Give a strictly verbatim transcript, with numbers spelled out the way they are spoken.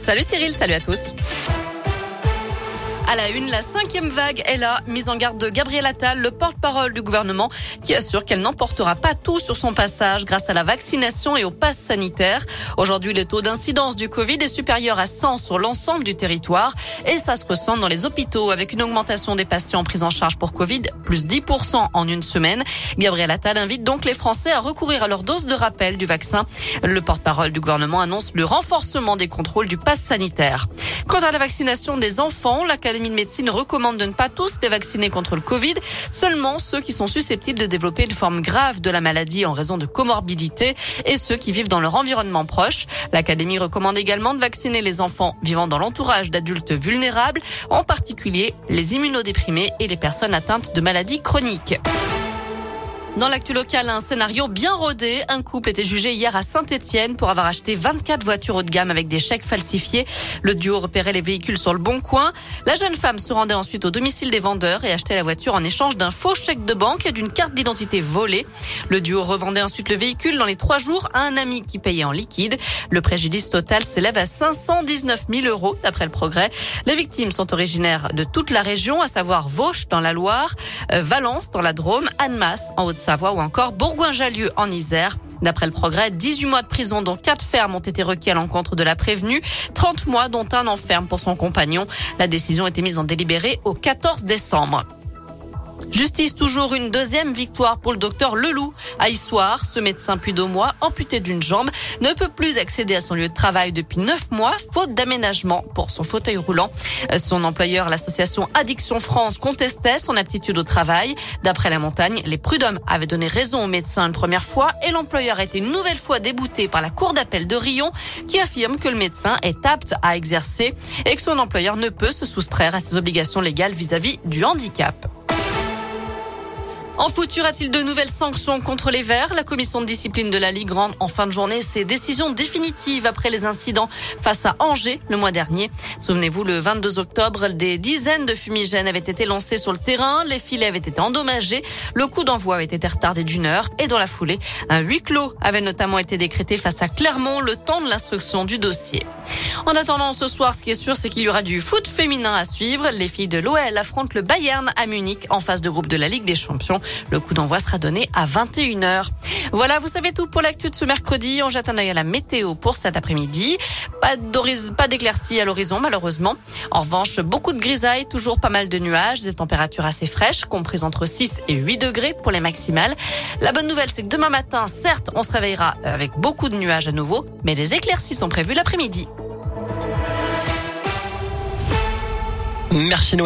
Salut Cyril, salut à tous. À la une, la cinquième vague est là. Mise en garde de Gabriel Attal, le porte-parole du gouvernement, qui assure qu'elle n'emportera pas tout sur son passage grâce à la vaccination et au pass sanitaire. Aujourd'hui, le taux d'incidence du Covid est supérieur à cent sur l'ensemble du territoire et ça se ressent dans les hôpitaux avec une augmentation des patients pris en charge pour Covid, plus dix pour cent en une semaine. Gabriel Attal invite donc les Français à recourir à leur dose de rappel du vaccin. Le porte-parole du gouvernement annonce le renforcement des contrôles du pass sanitaire. Quant à la vaccination des enfants, l'Académie de médecine recommande de ne pas tous les vacciner contre le Covid, seulement ceux qui sont susceptibles de développer une forme grave de la maladie en raison de comorbidité et ceux qui vivent dans leur environnement proche. L'Académie recommande également de vacciner les enfants vivant dans l'entourage d'adultes vulnérables, en particulier les immunodéprimés et les personnes atteintes de maladies chroniques. Dans l'actu locale, un scénario bien rodé. Un couple était jugé hier à Saint-Étienne pour avoir acheté vingt-quatre voitures haut de gamme avec des chèques falsifiés. Le duo repérait les véhicules sur le bon coin. La jeune femme se rendait ensuite au domicile des vendeurs et achetait la voiture en échange d'un faux chèque de banque et d'une carte d'identité volée. Le duo revendait ensuite le véhicule dans les trois jours à un ami qui payait en liquide. Le préjudice total s'élève à cinq cent dix-neuf mille euros d'après le Progrès. Les victimes sont originaires de toute la région, à savoir Vauche dans la Loire, Valence dans la Drôme, Annemasse en Haute-Savoie ou encore Bourgoin-Jallieu en Isère. D'après le Progrès, dix-huit mois de prison dont quatre fermes ont été requis à l'encontre de la prévenue, trente mois dont un enferme pour son compagnon. La décision a été mise en délibéré au quatorze décembre. Justice, toujours une deuxième victoire pour le docteur Leloup. À Issoire, ce médecin puy-d'Aumois, amputé d'une jambe, ne peut plus accéder à son lieu de travail depuis neuf mois, faute d'aménagement pour son fauteuil roulant. Son employeur, l'association Addiction France, contestait son aptitude au travail. D'après La Montagne, les prud'hommes avaient donné raison au médecin une première fois et l'employeur a été une nouvelle fois débouté par la cour d'appel de Riom qui affirme que le médecin est apte à exercer et que son employeur ne peut se soustraire à ses obligations légales vis-à-vis du handicap. En foot, y aura-t-il de nouvelles sanctions contre les Verts? La commission de discipline de la Ligue rend en fin de journée ses décisions définitives après les incidents face à Angers le mois dernier. Souvenez-vous, le vingt-deux octobre, des dizaines de fumigènes avaient été lancés sur le terrain, les filets avaient été endommagés, le coup d'envoi avait été retardé d'une heure et dans la foulée, un huis clos avait notamment été décrété face à Clermont le temps de l'instruction du dossier. En attendant ce soir, ce qui est sûr, c'est qu'il y aura du foot féminin à suivre. Les filles de l'O L affrontent le Bayern à Munich en phase de groupe de la Ligue des Champions. Le coup d'envoi sera donné à vingt et une heures. Voilà, vous savez tout pour l'actu de ce mercredi. On jette un œil à la météo pour cet après-midi. Pas pas d'éclaircies à l'horizon, malheureusement. En revanche, beaucoup de grisailles, toujours pas mal de nuages, des températures assez fraîches, comprises entre six et huit degrés pour les maximales. La bonne nouvelle, c'est que demain matin, certes, on se réveillera avec beaucoup de nuages à nouveau, mais des éclaircies sont prévues l'après-midi. Merci Noël.